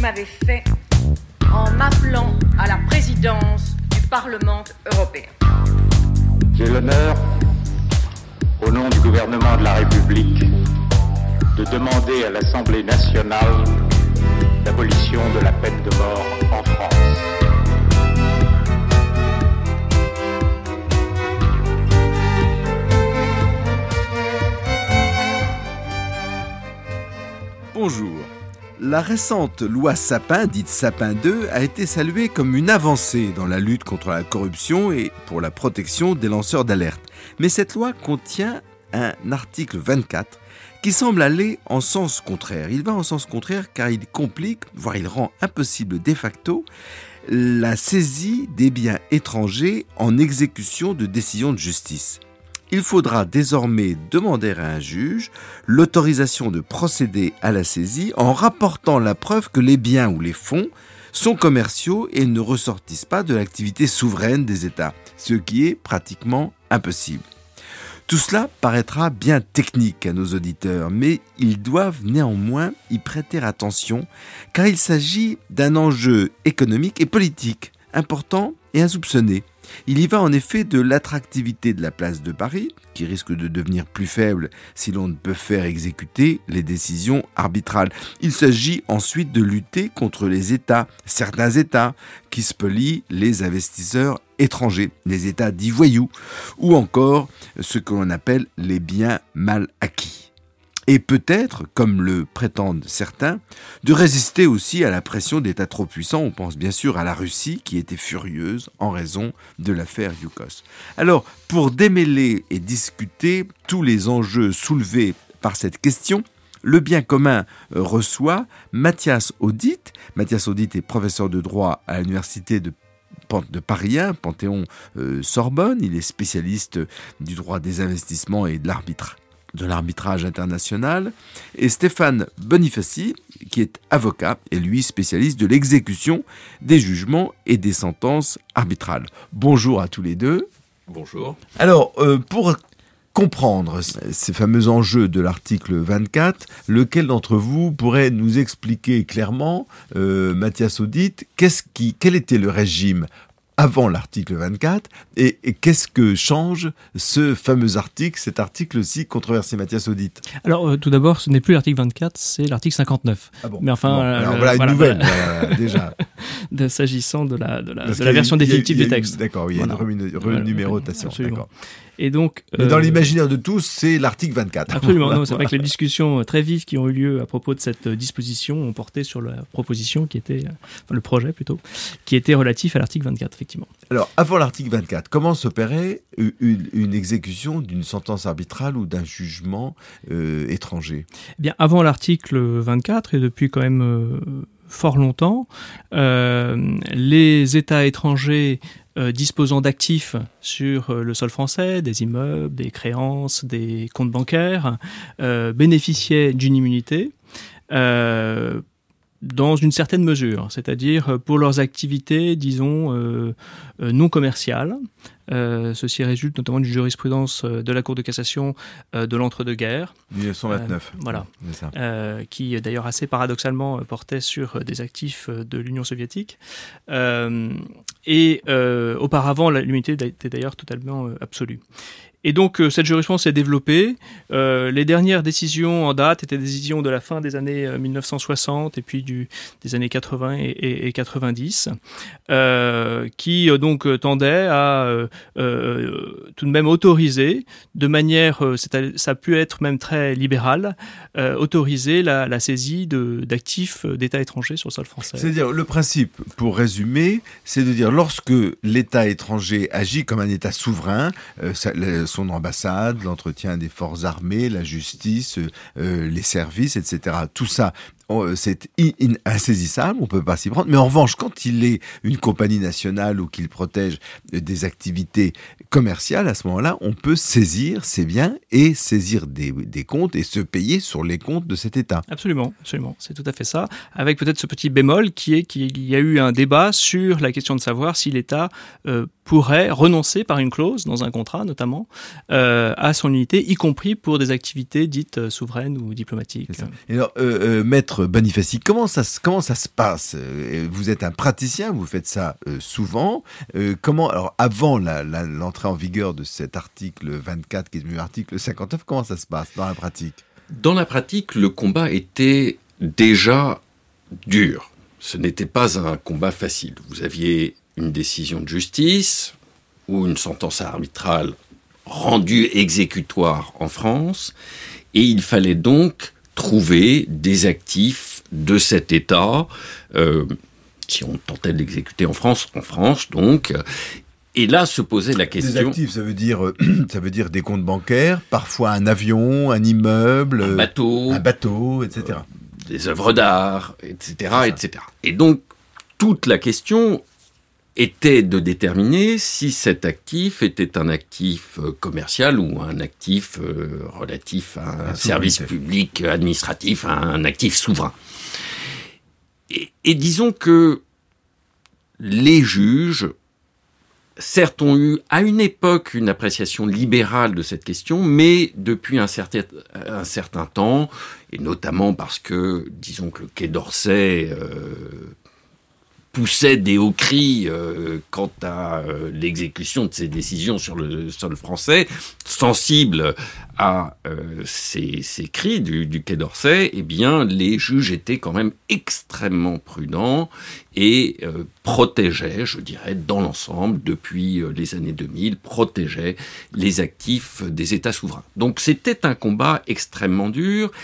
m'avez fait en m'appelant à la présidence du Parlement européen. J'ai l'honneur, au nom du gouvernement de la République, de demander à l'Assemblée nationale l'abolition de la peine de mort en France. Bonjour. La récente loi Sapin, dite Sapin 2, a été saluée comme une avancée dans la lutte contre la corruption et pour la protection des lanceurs d'alerte. Mais cette loi contient un article 24 qui semble aller en sens contraire. Il va en sens contraire car il complique, voire il rend impossible de facto, la saisie des biens étrangers en exécution de décisions de justice. Il faudra désormais demander à un juge l'autorisation de procéder à la saisie en rapportant la preuve que les biens ou les fonds sont commerciaux et ne ressortissent pas de l'activité souveraine des États, ce qui est pratiquement impossible. Tout cela paraîtra bien technique à nos auditeurs, mais ils doivent néanmoins y prêter attention, car il s'agit d'un enjeu économique et politique important et insoupçonné. Il y va en effet de l'attractivité de la place de Paris, qui risque de devenir plus faible si l'on ne peut faire exécuter les décisions arbitrales. Il s'agit ensuite de lutter contre les États, certains États, qui spolient les investisseurs étrangers, les États dits voyous, ou encore ce que l'on appelle les biens mal acquis. Et peut-être, comme le prétendent certains, de résister aussi à la pression d'États trop puissants. On pense bien sûr à la Russie qui était furieuse en raison de l'affaire Yukos. Alors, pour démêler et discuter tous les enjeux soulevés par cette question, le bien commun reçoit Mathias Audit. Mathias Audit est professeur de droit à l'université de Paris 1, Panthéon-Sorbonne. Il est spécialiste du droit des investissements et de l'arbitrage international, et Stéphane Bonifaci, qui est avocat, et lui spécialiste de l'exécution des jugements et des sentences arbitrales. Bonjour à tous les deux. Bonjour. Alors, pour comprendre ces fameux enjeux de l'article 24, lequel d'entre vous pourrait nous expliquer clairement, Mathias Audit, quel était le régime avant l'article 24, et qu'est-ce que change ce fameux article, cet article aussi controversé, Mathias Audit? Alors, tout d'abord, ce n'est plus l'article 24, c'est l'article 59. Ah bon. Mais enfin, bon, alors voilà une nouvelle, déjà. S'agissant de la version définitive du texte. D'accord, oui, il y a une renumérotation. Absolument. D'accord. Et donc, mais dans l'imaginaire de tous, c'est l'article 24. Absolument, non, c'est vrai que les discussions très vives qui ont eu lieu à propos de cette disposition ont porté sur la proposition le projet plutôt, qui était relatif à l'article 24, effectivement. Alors, avant l'article 24, comment s'opérait une exécution d'une sentence arbitrale ou d'un jugement étranger ? Eh bien, avant l'article 24, et depuis quand même fort longtemps, les États étrangers disposant d'actifs sur le sol français, des immeubles, des créances, des comptes bancaires, bénéficiaient d'une immunité dans une certaine mesure, c'est-à-dire pour leurs activités, disons, non commerciales. Ceci résulte notamment d'une jurisprudence de la Cour de cassation de l'entre-deux-guerres. 1929. Voilà. Qui d'ailleurs assez paradoxalement portait sur des actifs de l'Union soviétique. Auparavant, l'immunité était d'ailleurs totalement absolue. Et donc, cette jurisprudence s'est développée. Les dernières décisions en date étaient des décisions de la fin des années 1960 et puis des années 80 et 90, qui donc tendaient à tout de même autoriser, de manière, ça a pu être même très libéral, autoriser la saisie d'actifs d'États étrangers sur le sol français. C'est-à-dire, le principe, pour résumer, c'est de dire, lorsque l'État étranger agit comme un État souverain, son ambassade, l'entretien des forces armées, la justice, les services, etc. Tout ça, c'est insaisissable, on ne peut pas s'y prendre. Mais en revanche, quand il est une compagnie nationale ou qu'il protège des activités commerciales, à ce moment-là, on peut saisir ces biens et saisir des comptes et se payer sur les comptes de cet État. Absolument, absolument. C'est tout à fait ça. Avec peut-être ce petit bémol qui est qu'il y a eu un débat sur la question de savoir si l'État pourrait renoncer par une clause, dans un contrat notamment, à son unité, y compris pour des activités dites souveraines ou diplomatiques. Et alors, Maître Bonifaci, comment ça se passe ? Vous êtes un praticien, vous faites ça souvent. Alors, avant l'entrée en vigueur de cet article 24, qui est devenu article 59, comment ça se passe dans la pratique ? Dans la pratique, le combat était déjà dur. Ce n'était pas un combat facile. Vous aviez une décision de justice ou une sentence arbitrale rendue exécutoire en France, et il fallait donc trouver des actifs de cet État, si on tentait de l'exécuter en France donc. Et là se posait la question... Des actifs, ça veut dire des comptes bancaires, parfois un avion, un immeuble... Un bateau, etc. Des œuvres d'art, etc., etc. Et donc, toute la question était de déterminer si cet actif était un actif commercial ou un actif relatif à un service public administratif, un actif souverain. Et disons que les juges, certes, ont eu à une époque une appréciation libérale de cette question, mais depuis un certain temps, et notamment parce que, disons que le Quai d'Orsay poussait des hauts cris quant à l'exécution de ses décisions sur le sol français, sensible à ces cris du Quai d'Orsay, eh bien, les juges étaient quand même extrêmement prudents et protégeaient, je dirais, dans l'ensemble, depuis les années 2000, protégeaient les actifs des États souverains. Donc c'était un combat extrêmement dur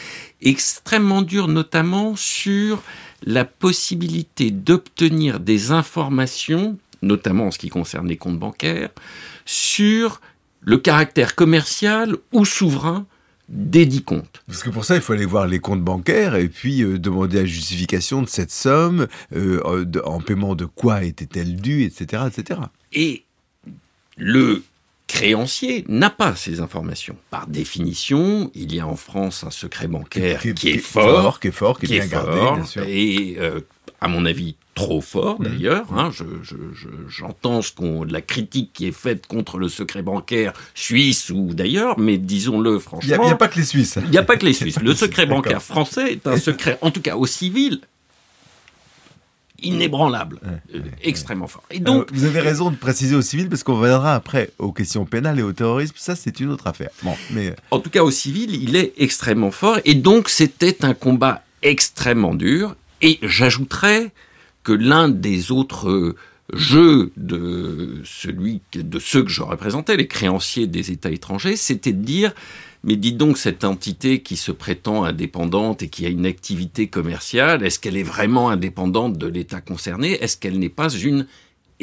notamment sur la possibilité d'obtenir des informations, notamment en ce qui concerne les comptes bancaires, sur le caractère commercial ou souverain desdits comptes. Parce que pour ça, il faut aller voir les comptes bancaires et puis demander la justification de cette somme, en paiement de quoi était-elle due, etc., etc. Et le créancier n'a pas ces informations. Par définition, il y a en France un secret bancaire qui est fort, qui est bien gardé, bien sûr. Et à mon avis, trop fort d'ailleurs. J'entends la critique qui est faite contre le secret bancaire suisse ou d'ailleurs, mais disons-le franchement... Il n'y a pas que les Suisses. Il n'y a pas que les Suisses. Le secret bancaire français est un secret, en tout cas au civil, inébranlable, extrêmement fort. Et donc, vous avez raison de préciser au civil, parce qu'on reviendra après aux questions pénales et au terrorisme, ça c'est une autre affaire. En tout cas au civil, il est extrêmement fort, et donc c'était un combat extrêmement dur, et j'ajouterais que l'un des autres jeux de ceux que je représentais, les créanciers des États étrangers, c'était de dire... Mais dites donc, cette entité qui se prétend indépendante et qui a une activité commerciale, est-ce qu'elle est vraiment indépendante de l'État concerné ? Est-ce qu'elle n'est pas une émanation ?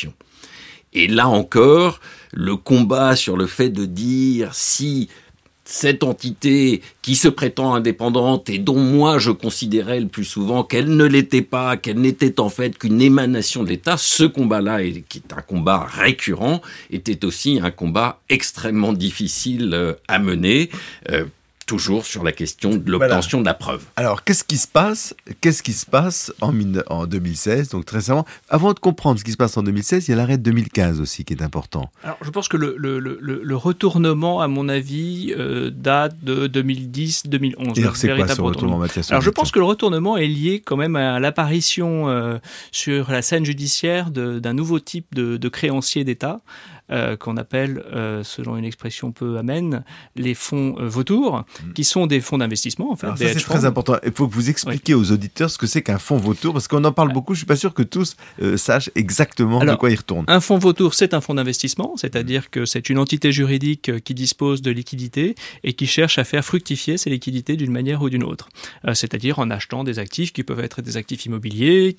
Et là encore, le combat sur le fait de dire si cette entité qui se prétend indépendante et dont moi je considérais le plus souvent qu'elle ne l'était pas, qu'elle n'était en fait qu'une émanation de l'État, ce combat-là, qui est un combat récurrent, était aussi un combat extrêmement difficile à mener, toujours sur la question de l'obtention de la preuve. Alors, qu'est-ce qui se passe en 2016, donc très récemment? Avant de comprendre ce qui se passe en 2016, il y a l'arrêt de 2015 aussi qui est important. Alors, je pense que le retournement, à mon avis, date de 2010-2011. Et alors, c'est quoi ce retournement, Mathias? Alors, je pense que le retournement est lié quand même à l'apparition sur la scène judiciaire d'un nouveau type de créancier d'État, qu'on appelle, selon une expression peu amène, les fonds vautours, qui sont des fonds d'investissement, en fait. Alors ça, c'est très important. Il faut que vous expliquiez aux auditeurs ce que c'est qu'un fonds vautour, parce qu'on en parle beaucoup, je ne suis pas sûr que tous sachent exactement de quoi il retourne. Un fonds vautour, c'est un fonds d'investissement, c'est-à-dire que c'est une entité juridique qui dispose de liquidités et qui cherche à faire fructifier ces liquidités d'une manière ou d'une autre. C'est-à-dire en achetant des actifs qui peuvent être des actifs immobiliers,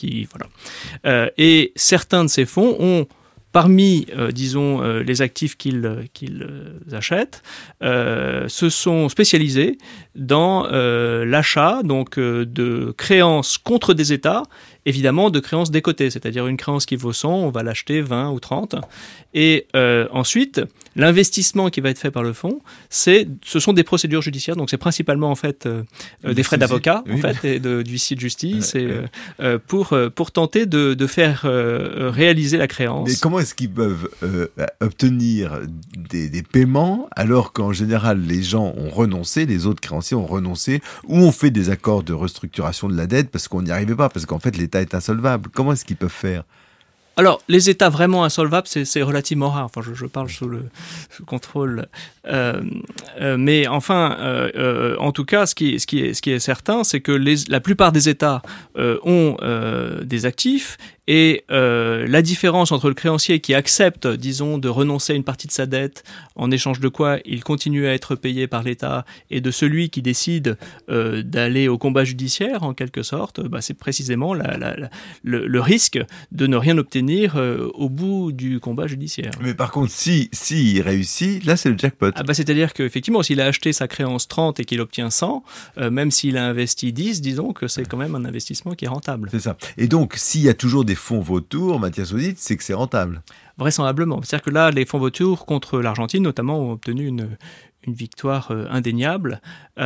et certains de ces fonds ont parmi, les actifs qu'ils achètent, se sont spécialisés dans l'achat de créances contre des États évidemment de créances décotées, c'est-à-dire une créance qui vaut 100, on va l'acheter 20 ou 30. Et ensuite, l'investissement qui va être fait par le fonds, ce sont des procédures judiciaires, donc c'est principalement en fait des frais d'avocat en fait, et d'huissier de justice, pour tenter de faire réaliser la créance. Mais comment est-ce qu'ils peuvent obtenir des paiements alors qu'en général les gens ont renoncé, les autres créanciers ont renoncé, ou ont fait des accords de restructuration de la dette parce qu'on n'y arrivait pas, parce qu'en fait l'État est insolvable. Comment est-ce qu'ils peuvent faire ? Alors, les États vraiment insolvables, c'est relativement rare. Enfin, je parle sous le contrôle. Mais enfin, en tout cas, ce qui est certain, c'est que la plupart des États ont des actifs. Et la différence entre le créancier qui accepte, disons, de renoncer à une partie de sa dette, en échange de quoi il continue à être payé par l'État, et de celui qui décide d'aller au combat judiciaire, en quelque sorte, c'est précisément le risque de ne rien obtenir au bout du combat judiciaire. Mais par contre, si il réussit, là c'est le jackpot. C'est-à-dire qu'effectivement, s'il a acheté sa créance 30 et qu'il obtient 100, même s'il a investi 10, disons que c'est quand même un investissement qui est rentable. C'est ça. Et donc, s'il y a toujours des fonds vautours, Mathias Audit, c'est que c'est rentable. Vraisemblablement. C'est-à-dire que là, les fonds vautours contre l'Argentine, notamment, ont obtenu une victoire indéniable.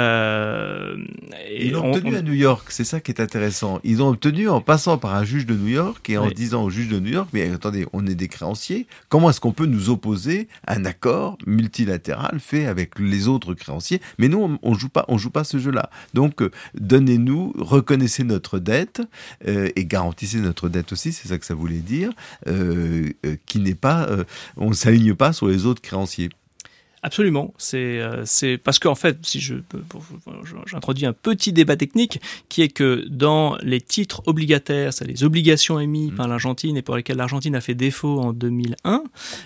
Ils l'ont obtenu à New York, c'est ça qui est intéressant. Ils l'ont obtenu en passant par un juge de New York et en disant au juge de New York, mais attendez, on est des créanciers, comment est-ce qu'on peut nous opposer à un accord multilatéral fait avec les autres créanciers ? Mais nous, on joue pas ce jeu-là. Donc, donnez-nous, reconnaissez notre dette et garantissez notre dette aussi, c'est ça que ça voulait dire, qui n'est pas, on ne s'aligne pas sur les autres créanciers. Absolument, c'est parce qu'en fait, si j'introduis un petit débat technique qui est que dans les titres obligataires, c'est les obligations émises par l'Argentine et pour lesquelles l'Argentine a fait défaut en 2001,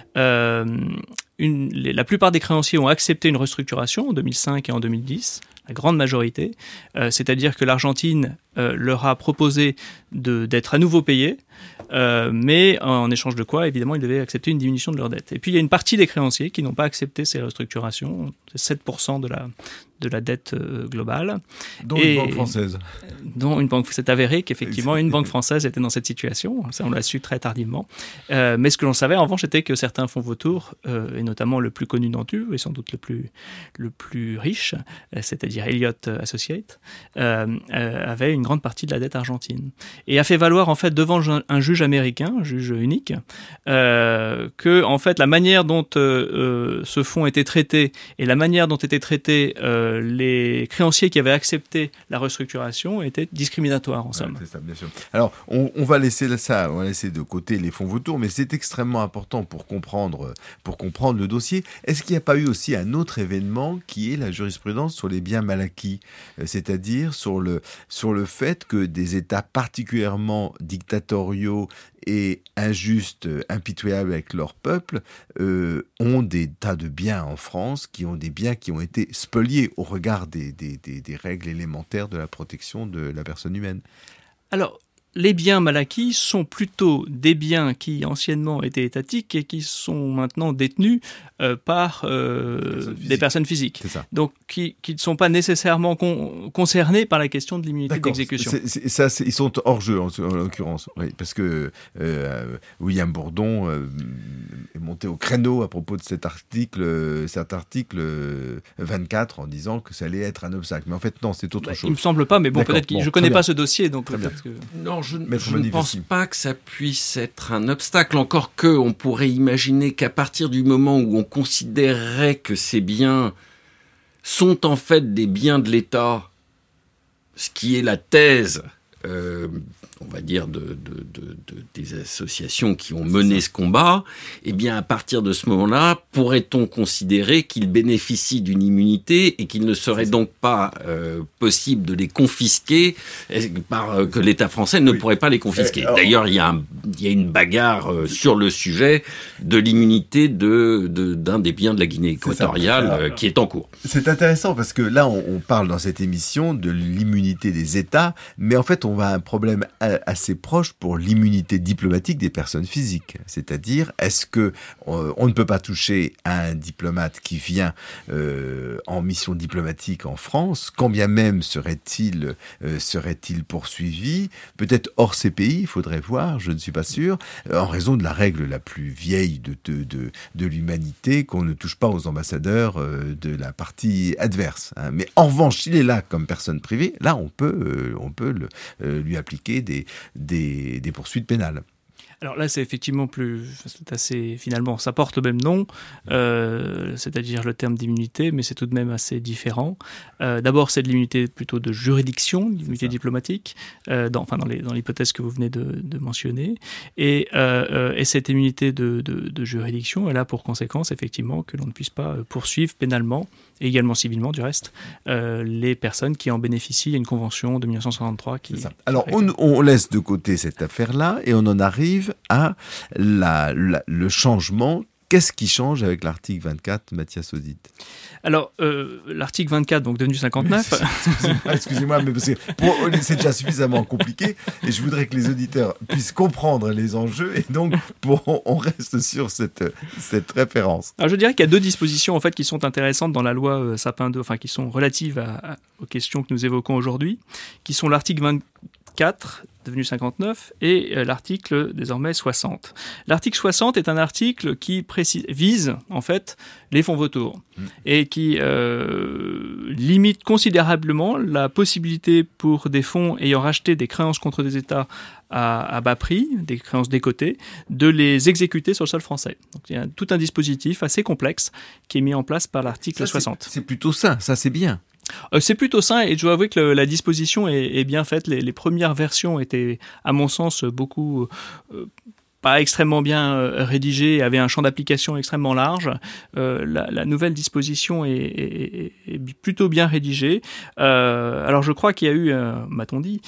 la plupart des créanciers ont accepté une restructuration en 2005 et en 2010. La grande majorité, c'est-à-dire que l'Argentine leur a proposé d'être à nouveau payés, mais en échange de quoi, évidemment, ils devaient accepter une diminution de leur dette. Et puis, il y a une partie des créanciers qui n'ont pas accepté ces restructurations, c'est 7% de la dette globale. Dont une banque française. C'est avéré qu'effectivement, une banque française était dans cette situation. Ça, on l'a su très tardivement. Mais ce que l'on savait, en revanche, c'était que certains fonds vautours, et notamment le plus connu d'entre eux, et sans doute le plus riche, c'est-à-dire Elliott Associates, avait une grande partie de la dette argentine. Et a fait valoir, en fait, devant un juge américain, un juge unique, que, en fait, la manière dont ce fonds était traité et la manière dont étaient traités les créanciers qui avaient accepté la restructuration étaient discriminatoires, en somme. C'est ça, bien sûr. Alors, on va laisser de côté les fonds vautours, mais c'est extrêmement important pour comprendre le dossier. Est-ce qu'il n'y a pas eu aussi un autre événement qui est la jurisprudence sur les biens mal acquis, c'est-à-dire sur le fait que des États particulièrement dictatoriaux et injustes, impitoyables avec leur peuple, ont des tas de biens en France, qui ont des biens qui ont été spoliés au regard des règles élémentaires de la protection de la personne humaine. Alors, les biens mal acquis sont plutôt des biens qui anciennement étaient étatiques et qui sont maintenant détenus par des personnes physiques. C'est ça. Donc qui ne sont pas nécessairement concernés par la question de l'immunité d'exécution. Ils sont hors jeu en l'occurrence, oui, parce que William Bourdon est monté au créneau à propos de cet article 24 en disant que ça allait être un obstacle. Mais en fait non, c'est autre chose. Il me semble pas, mais bon, peut-être que je connais pas ce dossier, donc peut-être que... Non, je ne pense pas que ça puisse être un obstacle, encore que on pourrait imaginer qu'à partir du moment où on considérerait que ces biens sont en fait des biens de l'État, ce qui est la thèse, on va dire, des associations qui ont mené ce combat, eh bien, à partir de ce moment-là, pourrait-on considérer qu'ils bénéficient d'une immunité et qu'il ne serait donc pas possible de les confisquer, que l'État français ne pourrait pas les confisquer. D'ailleurs, il y a une bagarre sur le sujet de l'immunité d'un des biens de la Guinée équatoriale qui est en cours. C'est intéressant parce que là, on parle dans cette émission de l'immunité des États, mais en fait, on on a un problème assez proche pour l'immunité diplomatique des personnes physiques. C'est-à-dire, est-ce que on ne peut pas toucher à un diplomate qui vient en mission diplomatique en France, quand bien même serait-il poursuivi, peut-être hors ces pays, il faudrait voir, je ne suis pas sûr, en raison de la règle la plus vieille de l'humanité, qu'on ne touche pas aux ambassadeurs de la partie adverse. Hein. Mais en revanche, il est là comme personne privée, là on peut lui appliquer des poursuites pénales. Alors là, c'est effectivement c'est assez, finalement, ça porte le même nom, c'est-à-dire le terme d'immunité, mais c'est tout de même assez différent. D'abord, c'est de l'immunité plutôt de juridiction, l'immunité diplomatique, dans l'hypothèse que vous venez de mentionner. Et cette immunité de juridiction, elle a pour conséquence, effectivement, que l'on ne puisse pas poursuivre pénalement, et également civilement du reste, les personnes qui en bénéficient. Il y a une convention de 1963 qui... Alors, on laisse de côté cette affaire-là, et on en arrive à le changement. Qu'est-ce qui change avec l'article 24, Mathias Audit ? Alors, l'article 24, donc devenu 59... Excusez-moi, mais parce que c'est déjà suffisamment compliqué, et je voudrais que les auditeurs puissent comprendre les enjeux, et donc on reste sur cette référence. Alors, je dirais qu'il y a deux dispositions en fait, qui sont intéressantes dans la loi Sapin 2, enfin qui sont relatives aux questions que nous évoquons aujourd'hui, qui sont l'article 24, devenu 59, et l'article désormais 60. L'article 60 est un article qui vise en fait les fonds vautours et qui limite considérablement la possibilité pour des fonds ayant racheté des créances contre des États à bas prix, des créances décotées, de les exécuter sur le sol français. Donc il y a tout un dispositif assez complexe qui est mis en place par l'article 60. C'est plutôt ça c'est bien. C'est plutôt sain et je dois avouer que la disposition est bien faite. Les premières versions étaient, à mon sens, beaucoup pas extrêmement bien rédigées, avaient un champ d'application extrêmement large. La nouvelle disposition est plutôt bien rédigée. Alors je crois qu'il y a eu, m'a-t-on dit,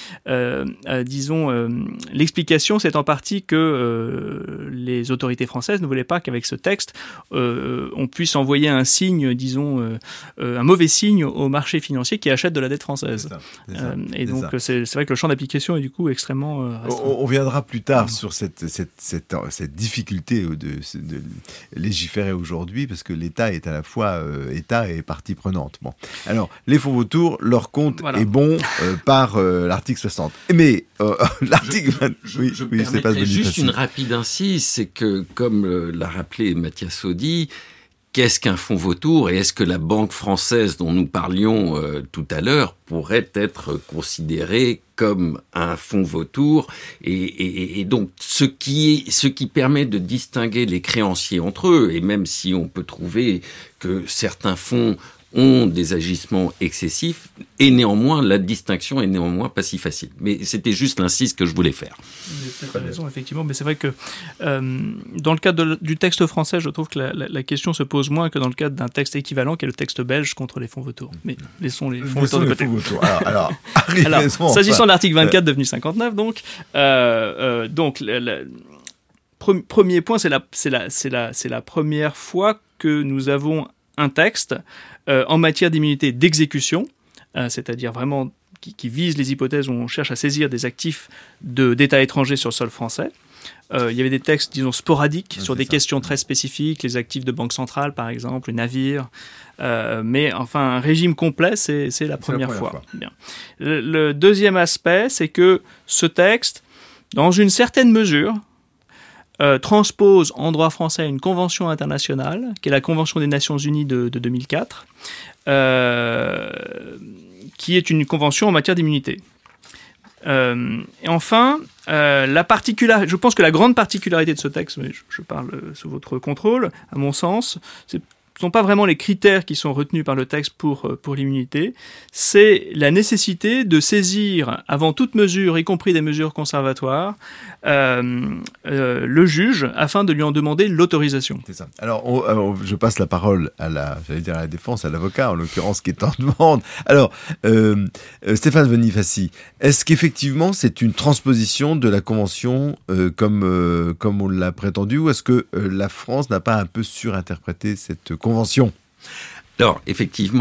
l'explication, c'est en partie que les autorités françaises ne voulaient pas qu'avec ce texte, on puisse envoyer un signe, un mauvais signe au marché financier qui achète de la dette française. C'est vrai que le champ d'application est du coup extrêmement restreint. On viendra plus tard sur cette difficulté de légiférer aujourd'hui, parce que l'État est à la fois État et partie prenante. Bon. Alors, les fonds vautours, leur compte est bon par l'article 60. Mais l'article... Je permettrais juste une rapide incise, c'est que, comme l'a rappelé Mathias Audit, qu'est-ce qu'un fonds vautour et est-ce que la Banque française dont nous parlions tout à l'heure pourrait être considérée comme un fonds vautour et donc ce qui permet de distinguer les créanciers entre eux, et même si on peut trouver que certains fonds ont des agissements excessifs, et néanmoins, la distinction est néanmoins pas si facile. Mais c'était juste l'incise que je voulais faire. Vous avez raison, effectivement, mais c'est vrai que dans le cadre du texte français, je trouve que la question se pose moins que dans le cadre d'un texte équivalent, qui est le texte belge contre les fonds vautours. Mais laissons les fonds vautours de côté. Alors, s'agissant de l'article 24 devenu 59, premier point, c'est la première fois que nous avons un texte en matière d'immunité d'exécution, c'est-à-dire vraiment qui vise les hypothèses où on cherche à saisir des actifs d'États étrangers sur le sol français. Il y avait des textes, disons, sporadiques sur des questions très spécifiques, les actifs de banque centrale, par exemple, les navires. Mais enfin, un régime complet, c'est la première fois. Bien. Le deuxième aspect, c'est que ce texte, dans une certaine mesure, transpose en droit français une convention internationale, qui est la Convention des Nations Unies de 2004, qui est une convention en matière d'immunité. Et enfin, je pense que la grande particularité de ce texte, mais je parle sous votre contrôle, à mon sens, ce ne sont pas vraiment les critères qui sont retenus par le texte pour l'immunité, c'est la nécessité de saisir, avant toute mesure, y compris des mesures conservatoires, le juge afin de lui en demander l'autorisation. C'est ça. Alors, je passe la parole à la défense, à l'avocat, en l'occurrence, qui est en demande. Alors, Stéphane Bonifaci, est-ce qu'effectivement c'est une transposition de la Convention comme on l'a prétendu, ou est-ce que la France n'a pas un peu surinterprété cette Convention ?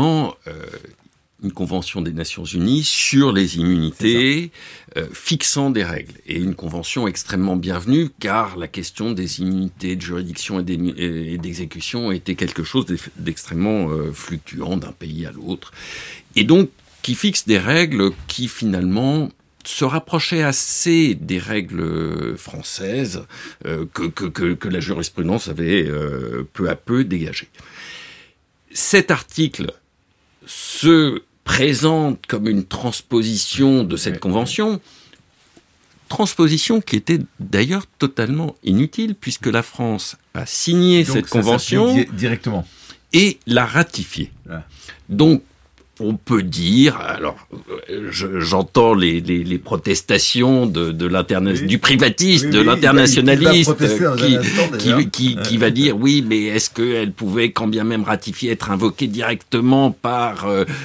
Alors, effectivement, une convention des Nations Unies sur les immunités, fixant des règles. Et une convention extrêmement bienvenue, car la question des immunités de juridiction et d'exécution était quelque chose d'extrêmement fluctuant d'un pays à l'autre. Et donc, qui fixe des règles qui, finalement, se rapprochaient assez des règles françaises que la jurisprudence avait peu à peu dégagées. Cet article se présente comme une transposition de cette convention, transposition qui était d'ailleurs totalement inutile, puisque la France a signé cette convention directement et l'a ratifiée. Ah. Donc, on peut dire, alors j'entends les protestations du privatiste, de l'internationaliste, qui va dire oui, mais est-ce qu'elle pouvait, quand bien même ratifiée, être invoquée directement par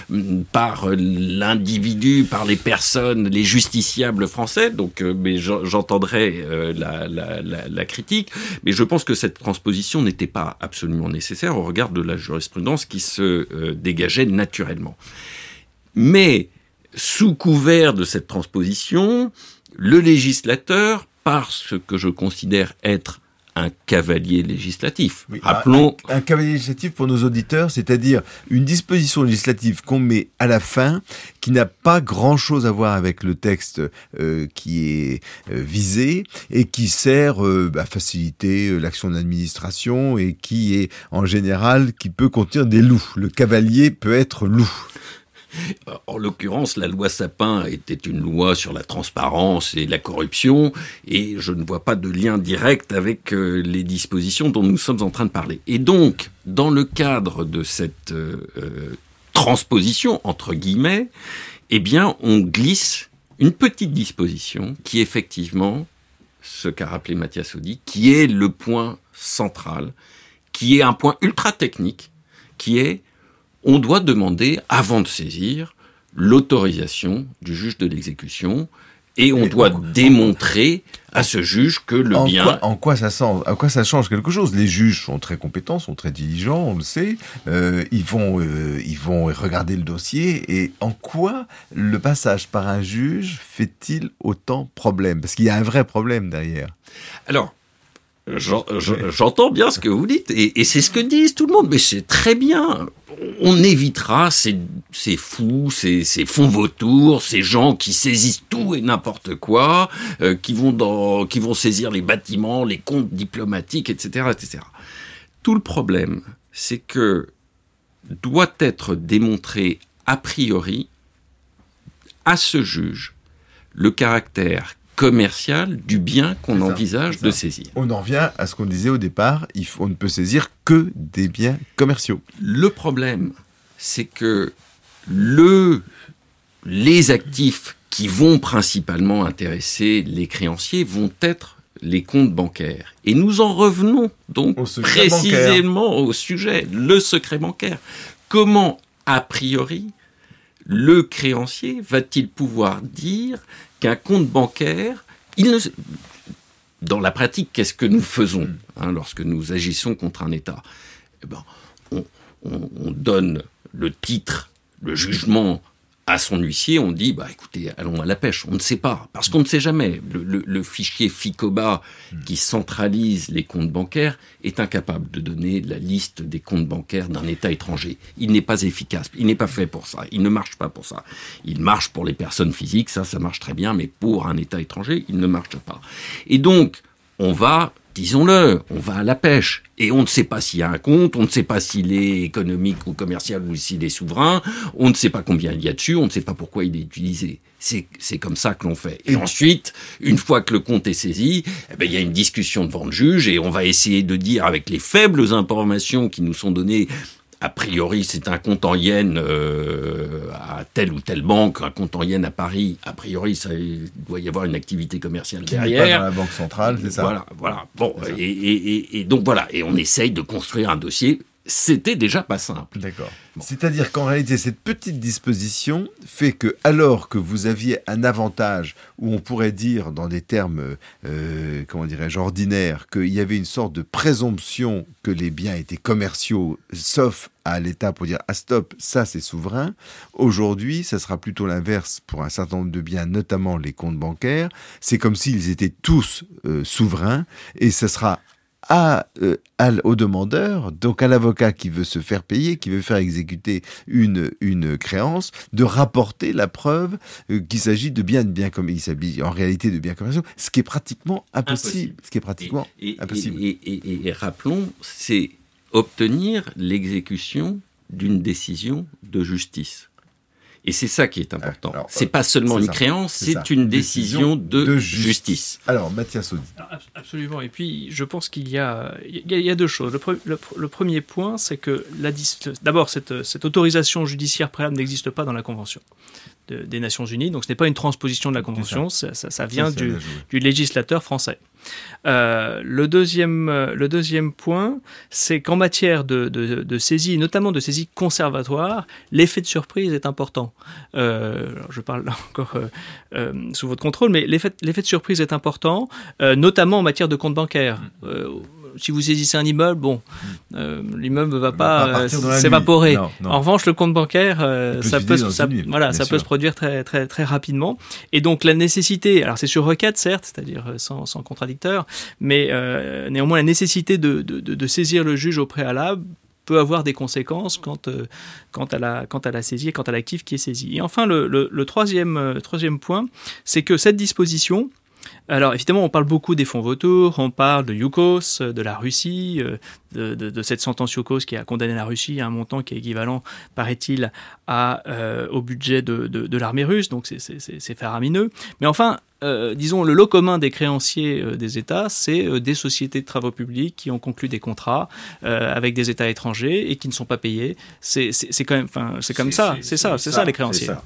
l'individu, par les personnes, les justiciables français. Donc, mais j'entendrai la critique, mais je pense que cette transposition n'était pas absolument nécessaire au regard de la jurisprudence qui se dégageait naturellement. Mais, sous couvert de cette transposition, le législateur, par ce que je considère être un cavalier législatif. Oui, rappelons... Un cavalier législatif pour nos auditeurs, c'est-à-dire une disposition législative qu'on met à la fin, qui n'a pas grand-chose à voir avec le texte qui est visé, et qui sert à faciliter l'action de l'administration, et qui est, en général, qui peut contenir des loups. Le cavalier peut être loup. En l'occurrence, la loi Sapin était une loi sur la transparence et la corruption, et je ne vois pas de lien direct avec les dispositions dont nous sommes en train de parler. Et donc, dans le cadre de cette transposition, entre guillemets, eh bien, on glisse une petite disposition qui, effectivement, ce qu'a rappelé Mathias Audy, qui est le point central, qui est un point ultra technique, qui est on doit demander, avant de saisir, l'autorisation du juge de l'exécution, et on doit démontrer à ce juge que le bien... En quoi ça change quelque chose ? Les juges sont très compétents, sont très diligents, on le sait. Ils vont regarder le dossier. Et en quoi le passage par un juge fait-il autant problème ? Parce qu'il y a un vrai problème derrière. Alors, j'entends bien ce que vous dites, et c'est ce que disent tout le monde, mais c'est très bien. On évitera ces fous, ces fonds vautours, ces gens qui saisissent tout et n'importe quoi, qui vont saisir les bâtiments, les comptes diplomatiques, etc., etc. Tout le problème, c'est que doit être démontré a priori à ce juge le caractère commercial du bien qu'on envisage de saisir. On en revient à ce qu'on disait au départ, on ne peut saisir que des biens commerciaux. Le problème, c'est que les actifs qui vont principalement intéresser les créanciers vont être les comptes bancaires. Et nous en revenons donc précisément au sujet, le secret bancaire. Comment, a priori, le créancier va-t-il pouvoir dire qu'un compte bancaire, dans la pratique, qu'est-ce que nous faisons lorsque nous agissons contre un État ? On donne le titre, le jugement à son huissier, on dit, écoutez, allons à la pêche. On ne sait pas, parce qu'on ne sait jamais. Le fichier FICOBA qui centralise les comptes bancaires est incapable de donner la liste des comptes bancaires d'un État étranger. Il n'est pas efficace, il n'est pas fait pour ça, il ne marche pas pour ça. Il marche pour les personnes physiques, ça marche très bien, mais pour un État étranger, il ne marche pas. Et donc, on va... Disons-le, on va à la pêche. Et on ne sait pas s'il y a un compte, on ne sait pas s'il est économique ou commercial ou s'il est souverain, on ne sait pas combien il y a dessus, on ne sait pas pourquoi il est utilisé. C'est comme ça que l'on fait. Et ensuite, une fois que le compte est saisi, il y a une discussion devant le juge et on va essayer de dire avec les faibles informations qui nous sont données, a priori, c'est un compte en yens à telle ou telle banque, un compte en yens à Paris. A priori, il doit y avoir une activité commerciale derrière. Qui n'est pas dans la banque centrale, c'est ça ? Voilà. Bon, et donc voilà. Et on essaye de construire un dossier c'était déjà pas simple. D'accord. C'est-à-dire qu'en réalité, cette petite disposition fait que, alors que vous aviez un avantage où on pourrait dire, dans des termes, ordinaires, qu'il y avait une sorte de présomption que les biens étaient commerciaux, sauf à l'État pour dire « Ah stop, ça c'est souverain ». Aujourd'hui, ça sera plutôt l'inverse pour un certain nombre de biens, notamment les comptes bancaires. C'est comme s'ils étaient tous souverains et ça sera au demandeur, donc à l'avocat qui veut se faire payer, qui veut faire exécuter une créance, de rapporter la preuve qu'il s'agit de biens il s'agit en réalité de biens commerciaux, ce qui est pratiquement impossible. Et rappelons, c'est obtenir l'exécution d'une décision de justice. Et c'est ça qui est important. C'est pas seulement une créance, c'est une décision de justice. Alors, Mathias Audy. Absolument. Et puis, je pense qu'il y a deux choses. Le premier point, c'est que d'abord, cette autorisation judiciaire préalable n'existe pas dans la Convention des Nations Unies. Donc, ce n'est pas une transposition de la Convention. Ça vient du législateur français. Le deuxième point, c'est qu'en matière de saisie, notamment de saisie conservatoire, l'effet de surprise est important. Je parle là encore sous votre contrôle, mais l'effet de surprise est important, notamment en matière de compte bancaire. Si vous saisissez un immeuble, l'immeuble ne va pas s'évaporer. Non. En revanche, le compte bancaire, ça peut se produire très, très, très rapidement. Et donc, la nécessité, alors c'est sur requête, certes, c'est-à-dire sans contradicteur, mais néanmoins, la nécessité de saisir le juge au préalable peut avoir des conséquences quant à la saisie et quant à l'actif qui est saisi. Et enfin, le troisième point, c'est que cette disposition, alors évidemment on parle beaucoup des fonds vautours, on parle de Iukos, de la Russie, de cette sentence Iukos qui a condamné la Russie à un montant qui est équivalent, paraît-il, au budget de l'armée russe, donc c'est faramineux. Mais enfin, disons, le lot commun des créanciers des États, c'est des sociétés de travaux publics qui ont conclu des contrats avec des États étrangers et qui ne sont pas payés. C'est quand même, c'est comme ça, c'est ça les créanciers. C'est ça.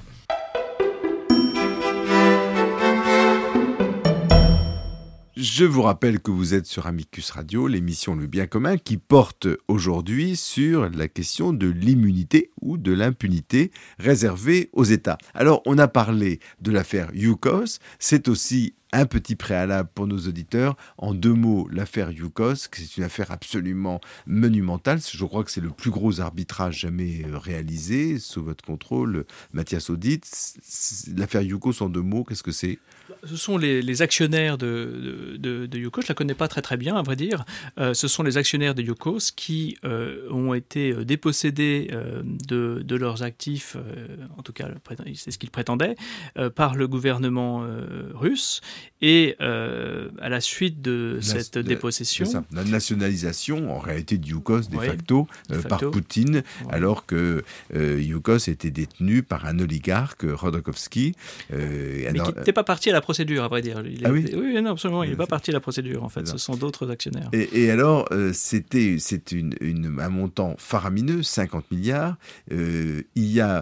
Je vous rappelle que vous êtes sur Amicus Radio, l'émission Le Bien Commun, qui porte aujourd'hui sur la question de l'immunité ou de l'impunité réservée aux États. Alors, on a parlé de l'affaire Iukos, c'est aussi un petit préalable pour nos auditeurs. En 2 mots, l'affaire Iukos, c'est une affaire absolument monumentale. Je crois que c'est le plus gros arbitrage jamais réalisé, sous votre contrôle, Mathias Audy. L'affaire Iukos, en 2 mots, qu'est-ce que c'est ? Ce sont les actionnaire de Iukos, je ne la connais pas très très bien à vrai dire, ce sont les actionnaires de Iukos qui ont été dépossédés de leurs actifs, en tout cas c'est ce qu'ils prétendaient, par le gouvernement russe, et à la suite de cette dépossession... La nationalisation en réalité de Iukos de facto par Poutine, alors que Iukos était détenu par un oligarque, Khodorkovsky. Mais qui n'était pas parti à la procédure, à vrai dire. Oui, non, absolument, il n'est pas parti à la procédure, en fait. Ce sont d'autres actionnaires. Et alors, c'est un montant faramineux, 50 milliards. Il y a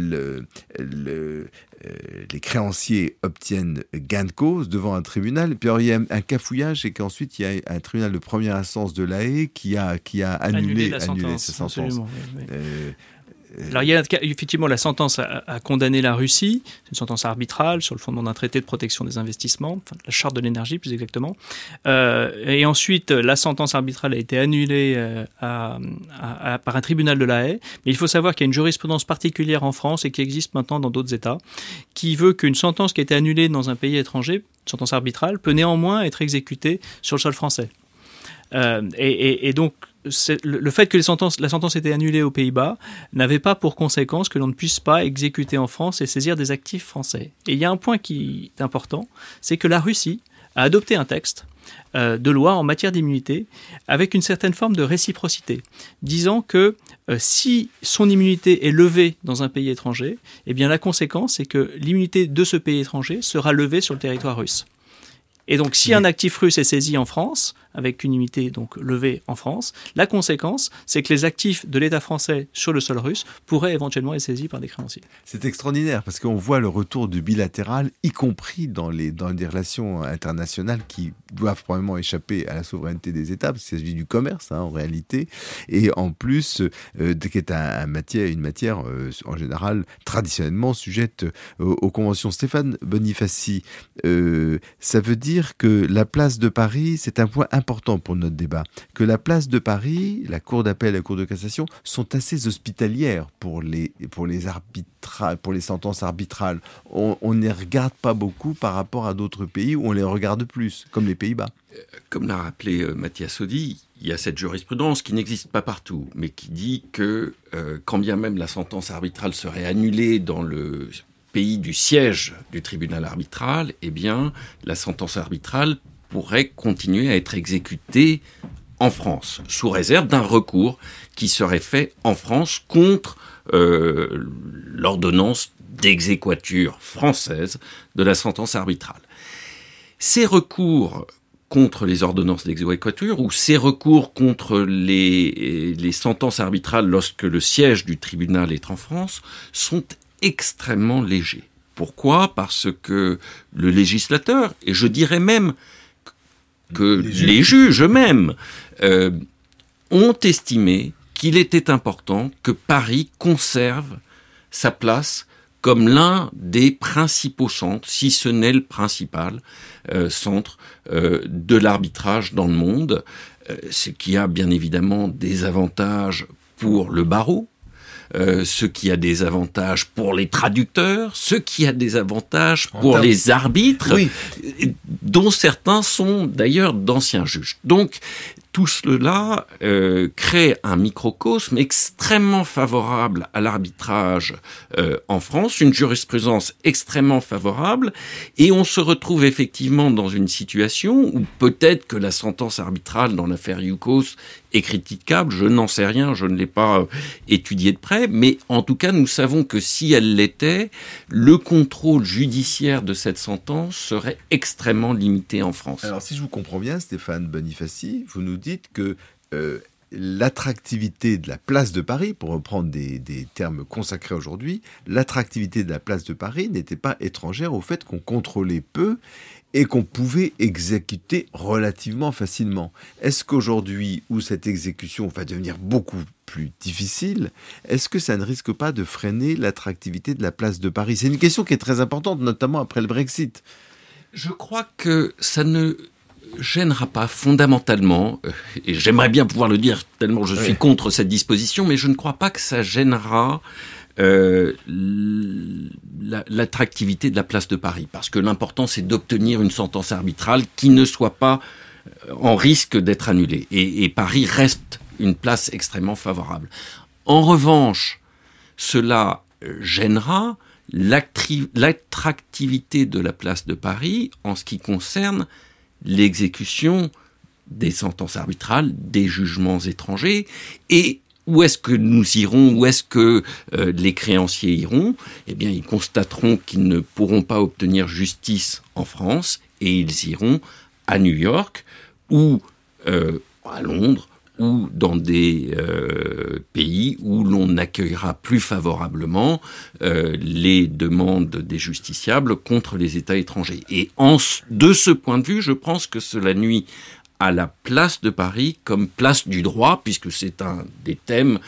les créanciers obtiennent gain de cause devant un tribunal. Puis alors, il y a un cafouillage et qu'ensuite, il y a un tribunal de première instance de La Haye qui a annulé sa sentence. Absolument, oui. Alors, il y a effectivement la sentence à condamner la Russie, c'est une sentence arbitrale sur le fondement d'un traité de protection des investissements, enfin, la charte de l'énergie plus exactement. Et ensuite, la sentence arbitrale a été annulée par un tribunal de La Haye. Mais il faut savoir qu'il y a une jurisprudence particulière en France et qui existe maintenant dans d'autres États, qui veut qu'une sentence qui a été annulée dans un pays étranger, une sentence arbitrale, peut néanmoins être exécutée sur le sol français. Et donc, le fait que la sentence était annulée aux Pays-Bas n'avait pas pour conséquence que l'on ne puisse pas exécuter en France et saisir des actifs français. Et il y a un point qui est important, c'est que la Russie a adopté un texte de loi en matière d'immunité avec une certaine forme de réciprocité, disant que si son immunité est levée dans un pays étranger, eh bien la conséquence c'est que l'immunité de ce pays étranger sera levée sur le territoire russe. Et donc, si un actif russe est saisi en France, avec une unité donc levée en France. La conséquence, c'est que les actifs de l'État français sur le sol russe pourraient éventuellement être saisis par des créanciers. C'est extraordinaire parce qu'on voit le retour du bilatéral, y compris dans des relations internationales qui doivent probablement échapper à la souveraineté des États, parce qu'il s'agit du commerce en réalité, et en plus, qui est une matière en général traditionnellement sujette aux conventions. Stéphane Bonifaci, ça veut dire que la place de Paris, c'est un point important pour notre débat, que la place de Paris, la Cour d'appel et la Cour de cassation sont assez hospitalières pour les sentences arbitrales. On ne les regarde pas beaucoup par rapport à d'autres pays où on les regarde plus, comme les Pays-Bas. Comme l'a rappelé Mathias Audy, il y a cette jurisprudence qui n'existe pas partout, mais qui dit que quand bien même la sentence arbitrale serait annulée dans le pays du siège du tribunal arbitral, eh bien, la sentence arbitrale pourrait continuer à être exécutée en France, sous réserve d'un recours qui serait fait en France contre l'ordonnance d'exéquatur française de la sentence arbitrale. Ces recours contre les ordonnances d'exéquatur ou ces recours contre les sentences arbitrales lorsque le siège du tribunal est en France sont extrêmement légers. Pourquoi ? Parce que le législateur, et je dirais même que les juges eux-mêmes, ont estimé qu'il était important que Paris conserve sa place comme l'un des principaux centres, si ce n'est le principal centre de l'arbitrage dans le monde, ce qui a bien évidemment des avantages pour le barreau, ce qui a des avantages pour les traducteurs, ce qui a des avantages pour les arbitres, oui, dont certains sont d'ailleurs d'anciens juges. Donc, tout cela crée un microcosme extrêmement favorable à l'arbitrage en France, une jurisprudence extrêmement favorable, et on se retrouve effectivement dans une situation où peut-être que la sentence arbitrale dans l'affaire Iukos est critiquable, je n'en sais rien, je ne l'ai pas étudié de près, mais en tout cas nous savons que si elle l'était, le contrôle judiciaire de cette sentence serait extrêmement limité en France. Alors si je vous comprends bien, Stéphane Bonifaci, vous nous dites que l'attractivité de la place de Paris, pour reprendre des termes consacrés aujourd'hui, l'attractivité de la place de Paris n'était pas étrangère au fait qu'on contrôlait peu et qu'on pouvait exécuter relativement facilement. Est-ce qu'aujourd'hui, où cette exécution va devenir beaucoup plus difficile, est-ce que ça ne risque pas de freiner l'attractivité de la place de Paris ? C'est une question qui est très importante, notamment après le Brexit. Je crois que ça ne gênera pas fondamentalement, et j'aimerais bien pouvoir le dire tellement je suis contre cette disposition, mais je ne crois pas que ça gênera l'attractivité de la place de Paris, parce que l'important c'est d'obtenir une sentence arbitrale qui ne soit pas en risque d'être annulée, et Paris reste une place extrêmement favorable. En revanche, cela gênera l'attractivité de la place de Paris en ce qui concerne l'exécution des sentences arbitrales, des jugements étrangers, et où est-ce que nous irons, où est-ce que les créanciers iront ? Eh bien, ils constateront qu'ils ne pourront pas obtenir justice en France, et ils iront à New York, ou à Londres, ou dans des pays où l'on accueillera plus favorablement les demandes des justiciables contre les États étrangers. Et de ce point de vue, je pense que cela nuit à la place de Paris comme place du droit, puisque c'est un des thèmes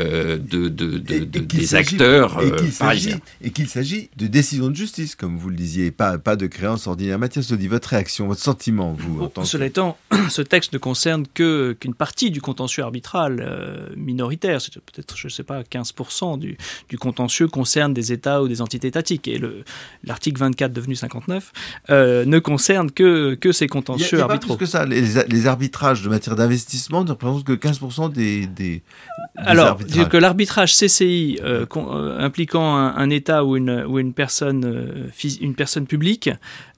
des acteurs parisiens. Et qu'il s'agit de décision de justice, comme vous le disiez, pas de créance ordinaire. Mathias Audy, votre réaction, votre sentiment, vous Cela étant, ce texte ne concerne qu'une partie du contentieux arbitral minoritaire. C'est peut-être, je ne sais pas, 15% du contentieux concerne des États ou des entités étatiques. Et l'article 24, devenu 59, ne concerne que ces contentieux arbitraux. Il y a pas plus que ça. Les arbitrages de matière d'investissement ne représentent que 15% des Alors, arbitrages. dire que l'arbitrage CCI impliquant un État ou une personne publique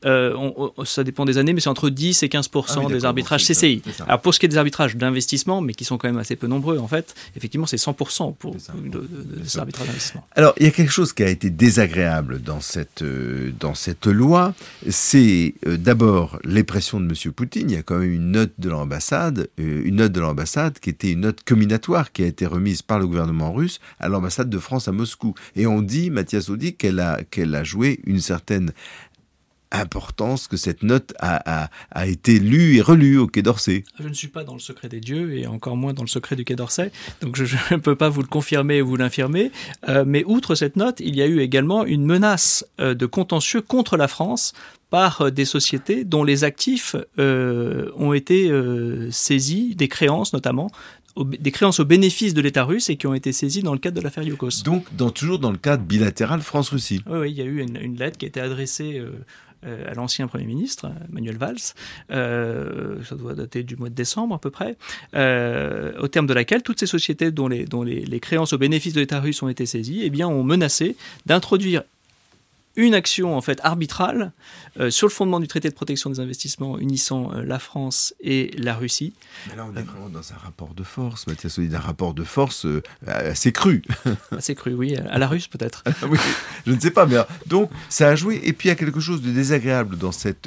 ça dépend des années, mais c'est entre 10 et 15% des arbitrages CCI. Alors pour ce qui est des arbitrages d'investissement, mais qui sont quand même assez peu nombreux en fait, effectivement c'est 100% pour ces arbitrages d'investissement. Alors il y a quelque chose qui a été désagréable dans cette loi, c'est d'abord les pressions de M. Poutine. Il y a quand même une note de l'ambassade qui était une note comminatoire qui a été remise par le gouvernement russe à l'ambassade de France à Moscou. Et on dit, Mathias Audy, qu'elle a joué une certaine importance, que cette note a été lue et relue au Quai d'Orsay. Je ne suis pas dans le secret des dieux et encore moins dans le secret du Quai d'Orsay, donc je ne peux pas vous le confirmer ou vous l'infirmer, mais outre cette note, il y a eu également une menace de contentieux contre la France par des sociétés dont les actifs ont été saisis, des créances notamment, des créances au bénéfice de l'État russe et qui ont été saisies dans le cadre de l'affaire Yukos. Donc toujours dans le cadre bilatéral France-Russie. Oui, il y a eu une lettre qui a été adressée à l'ancien Premier ministre, Manuel Valls, ça doit dater du mois de décembre à peu près, au terme de laquelle toutes ces sociétés dont les créances au bénéfice de l'État russe ont été saisies, eh bien, ont menacé d'introduire une action en fait arbitrale sur le fondement du traité de protection des investissements unissant la France et la Russie. Mais là, on est vraiment dans un rapport de force, Mathias Audy, un rapport de force assez cru. Assez cru, oui, à la russe peut-être. Oui, je ne sais pas, mais donc ça a joué. Et puis il y a quelque chose de désagréable dans cette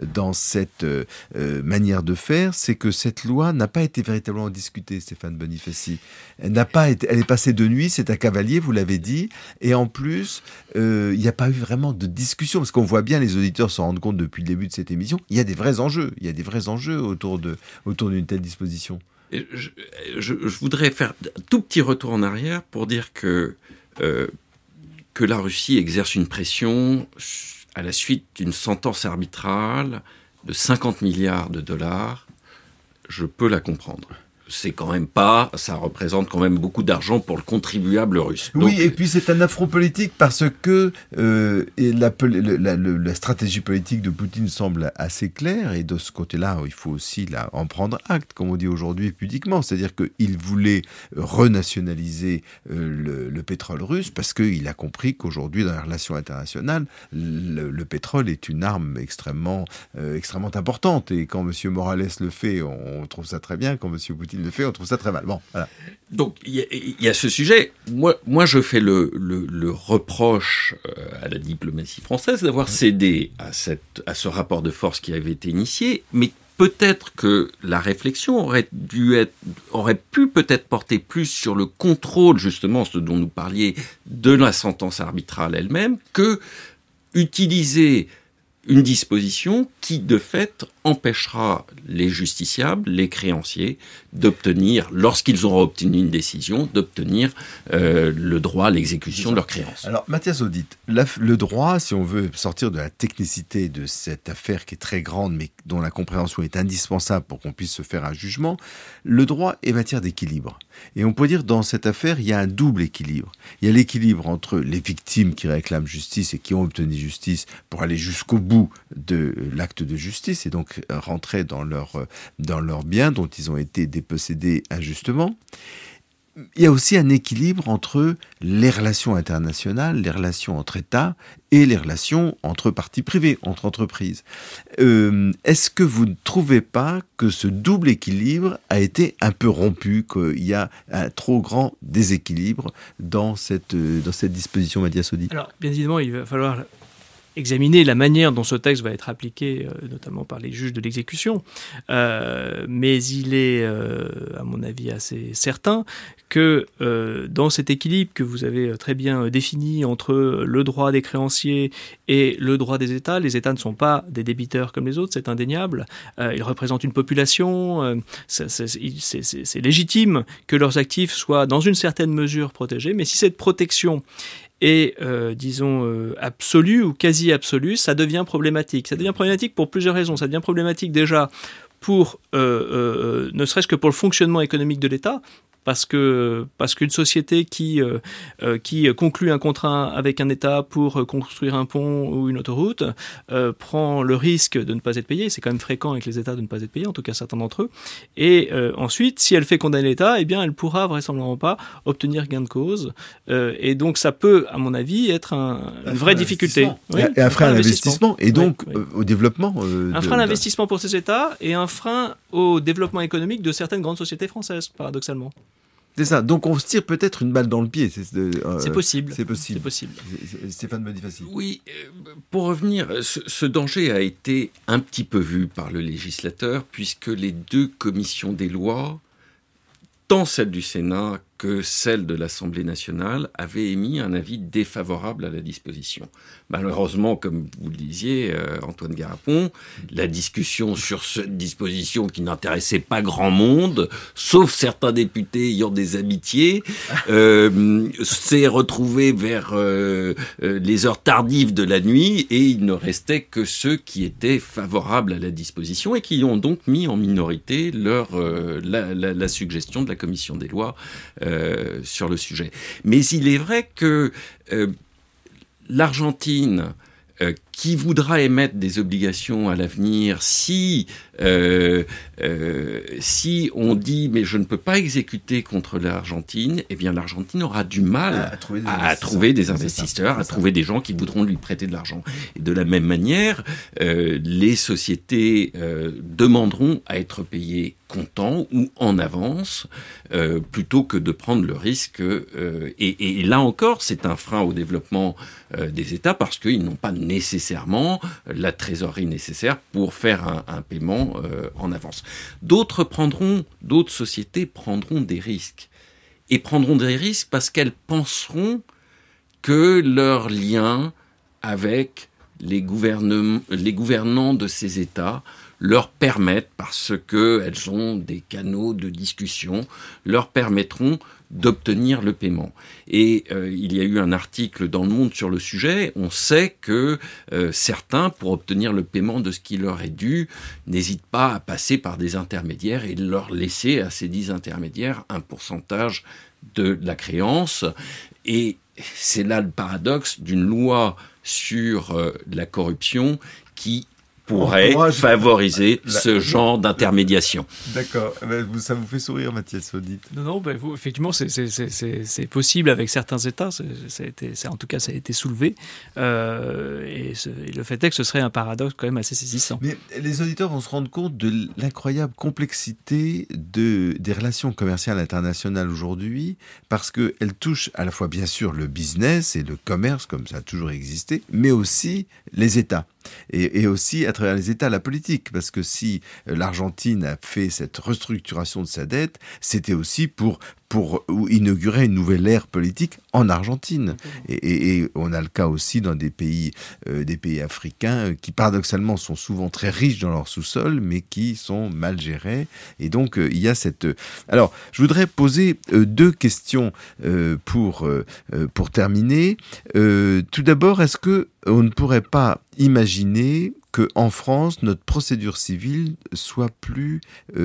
manière de faire, c'est que cette loi n'a pas été véritablement discutée, Stéphane Bonifaci. Elle est passée de nuit, c'est un cavalier, vous l'avez dit, et en plus, il n'y a pas eu vraiment de discussion, parce qu'on voit bien, les auditeurs s'en rendent compte depuis le début de cette émission, il y a des vrais enjeux, autour d'une telle disposition. Je voudrais faire un tout petit retour en arrière pour dire que la Russie exerce une pression à la suite d'une sentence arbitrale de 50 milliards de dollars, je peux la comprendre. C'est quand même pas, ça représente quand même beaucoup d'argent pour le contribuable russe. Donc, oui, et puis c'est un affront politique parce que la stratégie politique de Poutine semble assez claire, et de ce côté-là, il faut aussi en prendre acte, comme on dit aujourd'hui pudiquement, c'est-à-dire qu'il voulait renationaliser le pétrole russe parce qu'il a compris qu'aujourd'hui, dans les relations internationales, le pétrole est une arme extrêmement importante, et quand M. Morales le fait, on trouve ça très bien, quand M. Poutine le fait, on trouve ça très mal. Bon, voilà. Donc, il y a ce sujet. Moi, je fais le reproche à la diplomatie française d'avoir cédé à ce rapport de force qui avait été initié, mais peut-être que la réflexion aurait pu peut-être porter plus sur le contrôle, justement, ce dont nous parliez, de la sentence arbitrale elle-même, que utiliser une disposition qui, de fait, empêchera les justiciables, les créanciers, d'obtenir, lorsqu'ils auront obtenu une décision, d'obtenir le droit à l'exécution de leurs créances. Alors, Mathias Audy, le droit, si on veut sortir de la technicité de cette affaire qui est très grande, mais dont la compréhension est indispensable pour qu'on puisse se faire un jugement, le droit est matière d'équilibre. Et on peut dire, dans cette affaire, il y a un double équilibre. Il y a l'équilibre entre les victimes qui réclament justice et qui ont obtenu justice pour aller jusqu'au bout de l'acte de justice, et donc rentrer dans leurs biens dont ils ont été dépossédés injustement. Il y a aussi un équilibre entre les relations internationales, les relations entre États et les relations entre parties privées, entre entreprises. Est-ce que vous ne trouvez pas que ce double équilibre a été un peu rompu, qu'il y a un trop grand déséquilibre dans cette disposition, Mathias Audy ? Alors, bien évidemment, il va falloir examiner la manière dont ce texte va être appliqué, notamment par les juges de l'exécution. Mais il est, à mon avis, assez certain que dans cet équilibre que vous avez très bien défini entre le droit des créanciers et le droit des États, les États ne sont pas des débiteurs comme les autres, c'est indéniable. Ils représentent une population, c'est légitime que leurs actifs soient dans une certaine mesure protégés, mais si cette protection est, disons, absolue ou quasi absolue, ça devient problématique. Ça devient problématique pour plusieurs raisons. Ça devient problématique déjà pour, ne serait-ce que pour le fonctionnement économique de l'État, parce qu'une société qui conclut un contrat avec un État pour construire un pont ou une autoroute prend le risque de ne pas être payée. C'est quand même fréquent avec les États de ne pas être payés, en tout cas certains d'entre eux. Et ensuite, si elle fait condamner l'État, eh bien, elle pourra vraisemblablement pas obtenir gain de cause. Et donc, ça peut, à mon avis, être une vraie difficulté. Oui, et un frein à l'investissement. Et donc, au développement. Un frein à l'investissement pour ces États et un frein au développement économique de certaines grandes sociétés françaises, paradoxalement. C'est ça. Donc on se tire peut-être une balle dans le pied. C'est possible. C'est possible. C'est possible. Stéphane Bonifaci. Oui, pour revenir, ce danger a été un petit peu vu par le législateur, puisque les deux commissions des lois, tant celle du Sénat que celle de l'Assemblée nationale, avaient émis un avis défavorable à la disposition. Malheureusement, comme vous le disiez, Antoine Garapon, la discussion sur cette disposition qui n'intéressait pas grand monde, sauf certains députés ayant des amitiés, s'est retrouvée vers les heures tardives de la nuit, et il ne restait que ceux qui étaient favorables à la disposition et qui ont donc mis en minorité la suggestion de la commission des lois sur le sujet. Mais il est vrai que l'Argentine, qui voudra émettre des obligations à l'avenir, si on dit « mais je ne peux pas exécuter contre l'Argentine », eh bien l'Argentine aura du mal à trouver des investisseurs, à trouver des gens qui voudront lui prêter de l'argent. Et de la même manière, les sociétés demanderont à être payées comptant ou en avance, plutôt que de prendre le risque. Et là encore, c'est un frein au développement des États, parce qu'ils n'ont pas nécessairement la trésorerie nécessaire pour faire un paiement en avance. D'autres sociétés prendront des risques. Et prendront des risques parce qu'elles penseront que leur lien avec les gouvernants de ces États leur permettent, parce qu'elles ont des canaux de discussion, leur permettront d'obtenir le paiement. Et il y a eu un article dans Le Monde sur le sujet. On sait que certains, pour obtenir le paiement de ce qui leur est dû, n'hésitent pas à passer par des intermédiaires et leur laisser à ces 10 intermédiaires un pourcentage de la créance. Et c'est là le paradoxe d'une loi sur la corruption qui pourrait favoriser ce genre d'intermédiation. D'accord. Ça vous fait sourire, Mathias Audit? Non, effectivement, c'est possible avec certains États. En tout cas, ça a été soulevé. Et le fait est que ce serait un paradoxe quand même assez saisissant. Mais les auditeurs vont se rendre compte de l'incroyable complexité des relations commerciales internationales aujourd'hui, parce qu'elles touchent à la fois, bien sûr, le business et le commerce, comme ça a toujours existé, mais aussi les États. Et aussi à travers les États, la politique, parce que si l'Argentine a fait cette restructuration de sa dette, c'était aussi pour inaugurer une nouvelle ère politique en Argentine. Et on a le cas aussi dans des pays africains qui paradoxalement sont souvent très riches dans leur sous-sol, mais qui sont mal gérés. Et donc il y a cette... Alors, je voudrais poser 2 questions pour terminer. Tout d'abord, est-ce que on ne pourrait pas imaginer qu'en France, notre procédure civile soit plus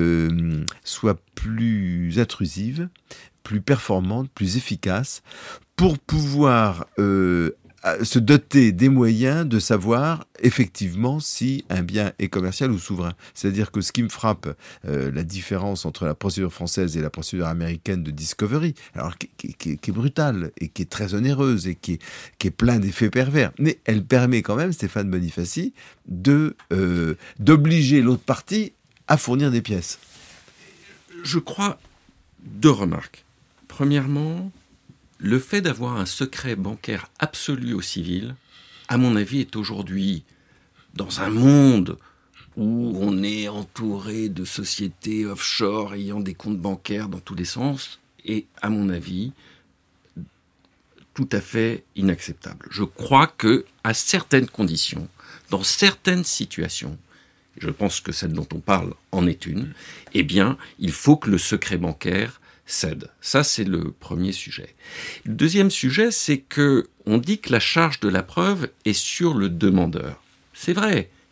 intrusive, plus performante, plus efficace, pour pouvoir se doter des moyens de savoir effectivement si un bien est commercial ou souverain. C'est-à-dire que ce qui me frappe, la différence entre la procédure française et la procédure américaine de discovery, alors qui est brutale et qui est très onéreuse et qui est plein d'effets pervers, mais elle permet quand même, Stéphane Bonifaci, d'obliger l'autre partie à fournir des pièces. Je crois 2 remarques. Premièrement, le fait d'avoir un secret bancaire absolu au civil, à mon avis, est aujourd'hui, dans un monde où on est entouré de sociétés offshore ayant des comptes bancaires dans tous les sens, et à mon avis, tout à fait inacceptable. Je crois que, à certaines conditions, dans certaines situations, je pense que celle dont on parle en est une, eh bien, il faut que le secret bancaire cède. Ça, c'est le premier sujet. Le deuxième sujet, c'est que on dit que la charge de la preuve est sur le demandeur. C'est vrai.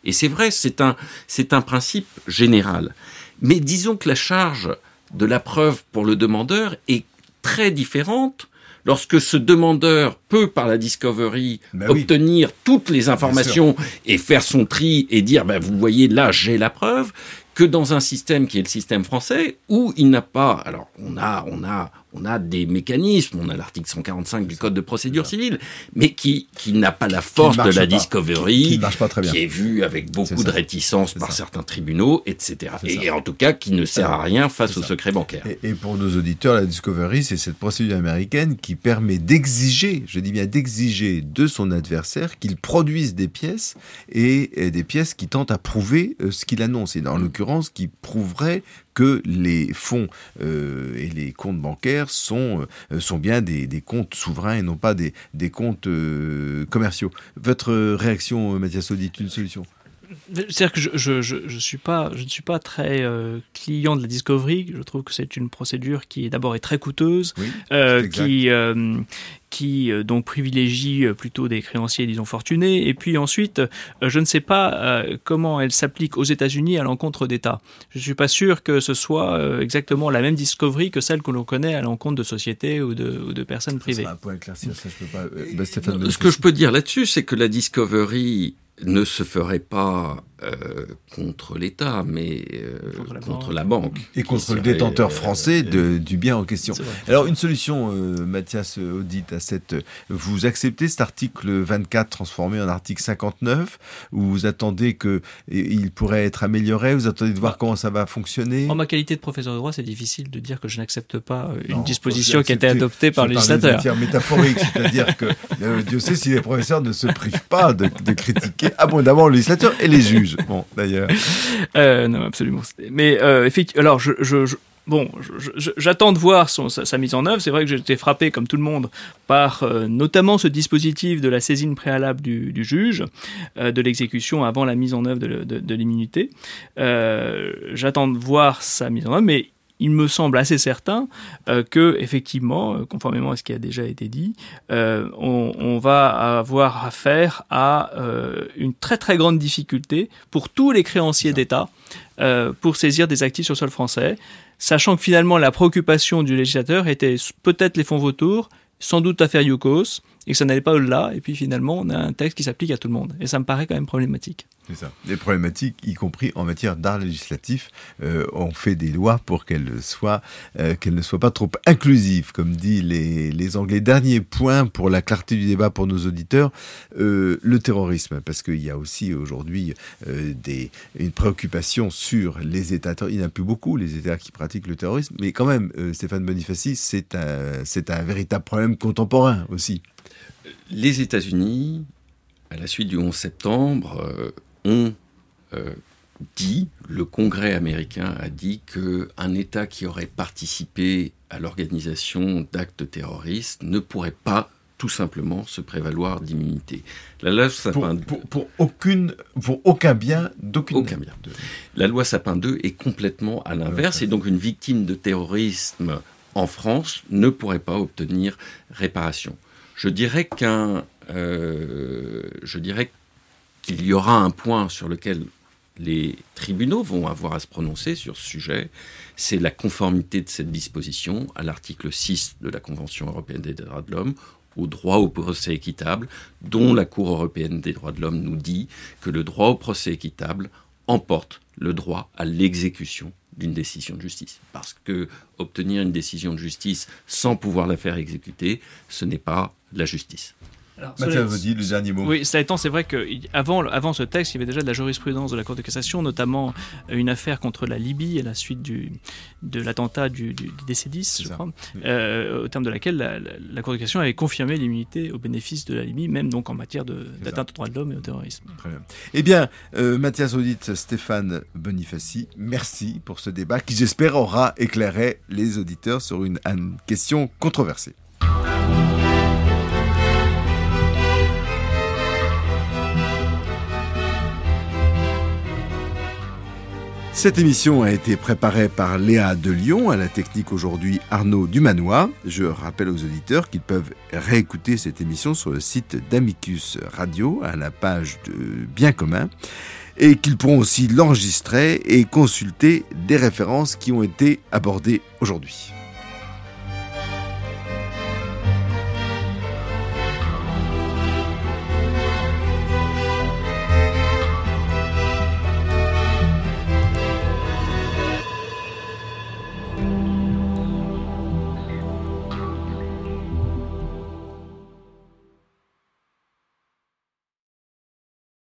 Et c'est vrai, c'est un principe général. Mais disons que la charge de la preuve pour le demandeur est très différente lorsque ce demandeur peut, par la discovery, obtenir toutes les informations et faire son tri et dire, vous voyez, là, j'ai la preuve, que dans un système qui est le système français, où il n'a pas... Alors, on a des mécanismes, on a l'article 145 du Code de procédure civile, mais qui n'a pas la force de la discovery, qui est vue avec beaucoup de réticence par certains tribunaux, etc. Et en tout cas, qui ne sert à rien face au secret bancaire. Et pour nos auditeurs, la discovery, c'est cette procédure américaine qui permet d'exiger, je dis bien d'exiger de son adversaire qu'il produise des pièces, et des pièces qui tentent à prouver ce qu'il annonce. Et dans l'occurrence, qui prouverait que les fonds et les comptes bancaires sont bien des comptes souverains et non pas des comptes commerciaux. Votre réaction, Mathias Audit, une solution ? C'est-à-dire que je ne suis pas très client de la discovery. Je trouve que c'est une procédure qui d'abord est très coûteuse, qui donc privilégie plutôt des créanciers, disons, fortunés. Et puis ensuite, je ne sais pas comment elle s'applique aux États-Unis à l'encontre d'États. Je ne suis pas sûr que ce soit exactement la même discovery que celle que l'on connaît à l'encontre de sociétés ou de personnes privées. Ça, pour éclaircir ça, je peux pas. Stéphane, ce que je peux dire là-dessus, c'est que la discovery ne se ferait pas contre l'État, mais contre la banque. Et contre le détenteur français du bien en question. Alors, une solution, Mathias Audit, à vous acceptez cet article 24 transformé en article 59, où vous attendez qu'il pourrait être amélioré, vous attendez de voir comment ça va fonctionner? En ma qualité de professeur de droit, c'est difficile de dire que je n'accepte pas une disposition qui a été adoptée par le législateur. Je parle de matière métaphorique, c'est-à-dire que Dieu sait si les professeurs ne se privent pas de critiquer abondamment le législateur et les juges. Bon, d'ailleurs. Non, absolument. Mais effectivement, alors j'attends de voir sa mise en œuvre. C'est vrai que j'ai été frappé, comme tout le monde, par notamment ce dispositif de la saisine préalable du juge, de l'exécution avant la mise en œuvre de l'immunité. J'attends de voir sa mise en œuvre, mais il me semble assez certain que, effectivement, conformément à ce qui a déjà été dit, on va avoir affaire à une très très grande difficulté pour tous les créanciers d'État pour saisir des actifs sur le sol français, sachant que finalement la préoccupation du législateur était peut-être les fonds vautours, sans doute l'affaire Iukos, et que ça n'allait pas au-delà, et puis finalement on a un texte qui s'applique à tout le monde. Et ça me paraît quand même problématique. C'est ça. Des problématiques, y compris en matière d'art législatif. On fait des lois pour qu'elles ne soient pas trop inclusives, comme disent les Anglais. Dernier point pour la clarté du débat pour nos auditeurs, le terrorisme, parce qu'il y a aussi aujourd'hui une préoccupation sur les États. Il n'y en a plus beaucoup, les États qui pratiquent le terrorisme, mais quand même, Stéphane Bonifaci, c'est un véritable problème contemporain aussi. Les États-Unis, à la suite du 11 septembre, ont dit, le Congrès américain a dit qu'un État qui aurait participé à l'organisation d'actes terroristes ne pourrait pas tout simplement se prévaloir d'immunité. La loi Sapin pour aucun bien d'aucune. Aucun bien. La loi Sapin 2 est complètement à l'inverse, et donc une victime de terrorisme en France ne pourrait pas obtenir réparation. Je dirais qu'il y aura un point sur lequel les tribunaux vont avoir à se prononcer sur ce sujet, c'est la conformité de cette disposition à l'article 6 de la Convention européenne des droits de l'homme, au droit au procès équitable, dont la Cour européenne des droits de l'homme nous dit que le droit au procès équitable emporte le droit à l'exécution d'une décision de justice. Parce que obtenir une décision de justice sans pouvoir la faire exécuter, ce n'est pas la justice. Mathias Audit, le dernier mot. Oui, cela étant, c'est vrai qu'avant ce texte, il y avait déjà de la jurisprudence de la Cour de cassation, notamment une affaire contre la Libye à la suite de l'attentat du DC-10, je crois, au terme de laquelle la Cour de cassation avait confirmé l'immunité au bénéfice de la Libye, même donc en matière d'atteinte aux droits de l'homme et au terrorisme. Très bien. Eh bien, Mathias Audit, Stéphane Bonifaci, merci pour ce débat qui, j'espère, aura éclairé les auditeurs sur une question controversée. Cette émission a été préparée par Léa de Lyon, à la technique aujourd'hui Arnaud Dumanois. Je rappelle aux auditeurs qu'ils peuvent réécouter cette émission sur le site d'Amicus Radio, à la page de Bien commun, et qu'ils pourront aussi l'enregistrer et consulter des références qui ont été abordées aujourd'hui.